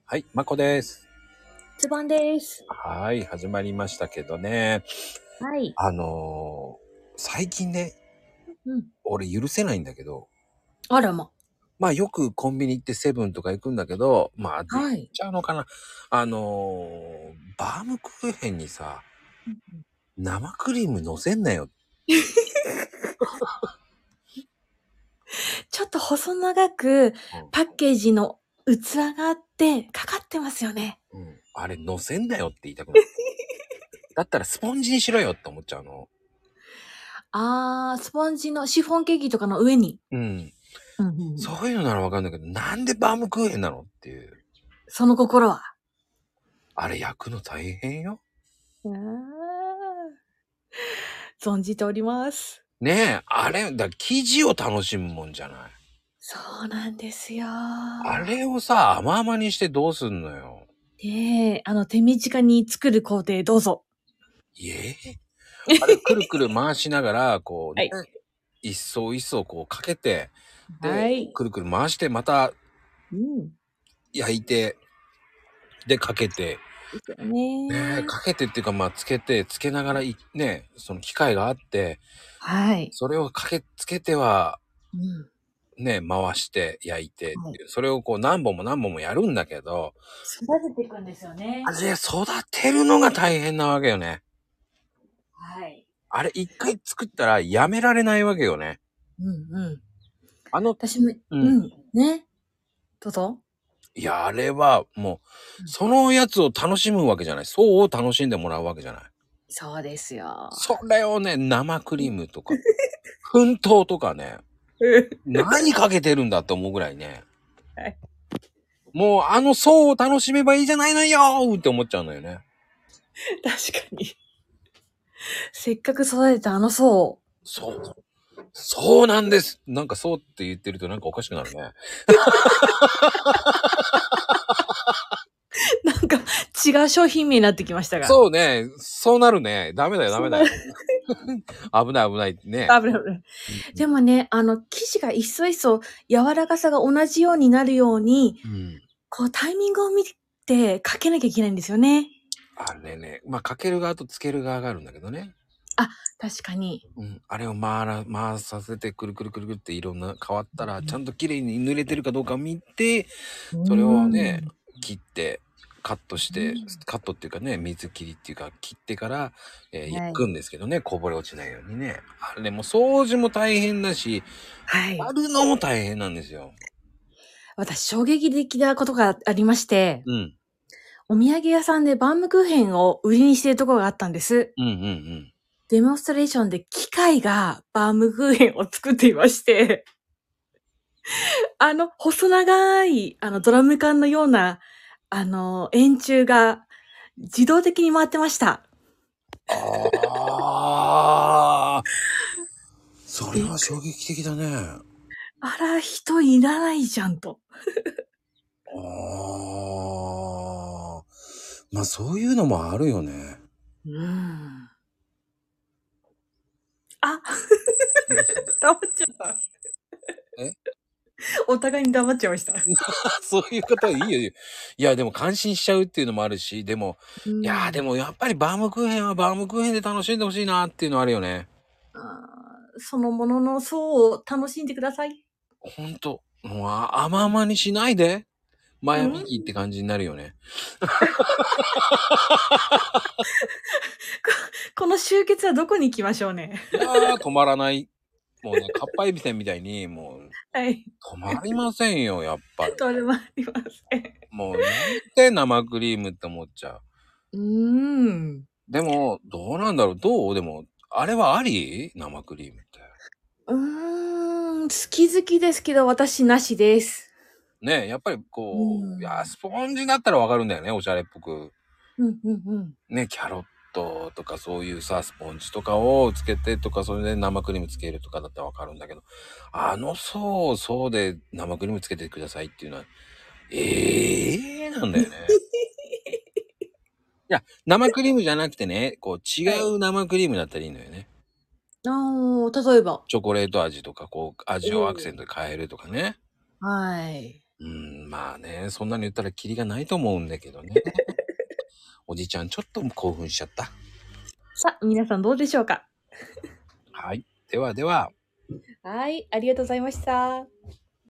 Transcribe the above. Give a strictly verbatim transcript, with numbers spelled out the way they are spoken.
はい、まこです。 つばんです。 はい、始まりましたけどね。 はい。 あのー、最近ね、 うん。 俺許せないんだけど、 あらま。 まあよくコンビニ行ってセブンとか行くんだけど、まあで行っはい。 ちゃうのかな。あのー、バームクーヘンにさ、 うんうん、 生クリーム乗せんなよ。 ちょっと細長くうん、 パッケージの器があってかかってますよね。 うん。あれ乗せんなよって言いたくなる。だったらスポンジにしろよって思っちゃうの。 あー、スポンジのシフォンケーキとかの上に。 うん。 うんうんうん、 そういうのならわかるんだけど、なんでバームクーヘンなのっていう。 その心は。 あれ焼くの大変よ。 あー、存じております。 ねえ、あれ、だ、生地を楽しむもんじゃない。 そうなんですよ。 あれをさ、甘々にしてどうすんのよ。 ねえ、あの手短に作る工程どうぞ。 いえあれ、くるくる回しながら、こうね、 はい。 一層一層こうかけて、で、 はい。 くるくる回して、またうん。 焼いて、で、かけて、 ですよねえ、 ね。 かけてっていうか、まあ、つけて、つけながらい、ね、その機械があって、 はい。 それをかけ、つけては、 うん。 ね、回して焼いてっはい。 ていう、それをこう何本も何本もやるんだけど、 育てていくんですよね。 あれ育てるのが大変なわけよね。 はい。 あれ一回作ったらやめられないわけよね。 うんうん。 あの、 私も、 うん。 うん。ね。どうぞ。 いや、あれはもう、 うん、 そのやつを楽しむわけじゃない。そうを楽しんでもらうわけじゃない。 そうですよ。 それをね、生クリームとか、粉糖とかね、何かけてるんだって思うぐらいね。 はい。 もうあの層を楽しめばいいじゃないのよーって思っちゃうのよね。 確かに。せっかく育てたあの層。 そう。そうなんです。なんかそうって言ってるとなんかおかしくなるね。 なんか違う商品名になってきましたが。 そうね。そうなるね。ダメだよ、ダそうな、 メだよ。危ない、危ないってね。 危ない危ない。でもね、あの、生地が一層一層柔らかさが同じようになるように、 うん。 こうタイミングを見てかけなきゃいけないんですよね。 あれね。まあ、かける側とつける側があるんだけどね。 あ、確かに。 うん。あれを回ら、回させてくるくるくるくるっていろんな変わったら、 うん、 ちゃんと綺麗に濡れてるかどうかを見て、 うそれをね、 ん。 切って、カットして、カットっていうかね、水切りっていうか、切ってから、えー焼はい。 くんですけどね、こぼれ落ちないようにね。あれも掃除も大変だし、 はい。 割るのも大変なんですよ。 私、衝撃的なことがありまして、 うん。 お土産屋さんでバームクーヘンを売りにしているところがあったんです。 うんうんうん。 デモンストレーションで機械がバームクーヘンを作っていまして、あの、細長い、あの、ドラム缶のような、あの、円柱が自動的に回ってました。 ああ、それびっくり。 は衝撃的だね。 あら、人いらないじゃんと。 ああ、まあそういうのもあるよね。 うーん。あ、黙っちゃった。 えお互いに黙っちゃいました。 そういう方はいいよ。いや、でも感心しちゃうっていうのもあるし、でも、 ういやー、でん。 もやっぱりバームクーヘンはバームクーヘンで楽しんでほしいなっていうのはあるよね。 あー、そのものの層を楽しんでください。 ほんと。もうあ甘々にしないで。前うん。 右って感じになるよね。 この集結はどこに行きましょうね。 いやー、止まらない。もうね、かっぱえびせんみたいに、もう、 はい。 止まりませんよ、やっぱり。 とれもありません。 もう、なんで生クリームって思っちゃう。 うーん。 でも、どうなんだろうどうでも、あれはあり生クリームって。 うーん、好き好きですけど、私なしです。 ねやっぱりうこう、いや、 ん。 スポンジだったらわかるんだよね、おしゃれっぽく。 うんうんうん。 ね、キャロットとかそういうさ、スポンジとかをつけてとか、それで生クリームつけるとかだったらわかるんだけど、あの層を層で生クリームつけてくださいっていうのは、ええー、なんだよね。いや、生クリームじゃなくてね、こう違はい。 う生クリームだったらいいのよね。 ああ、例えば。 チョコレート味とか、こう、味をアクセンおお。 トで変えるとかね。 はい。 うーん、まあね、そんなに言ったらキリがないと思うんだけどね。おじちゃんちょっと興奮しちゃった。 さあ、皆さんどうでしょうか？ はい。ではでは。 はい、ありがとうございました。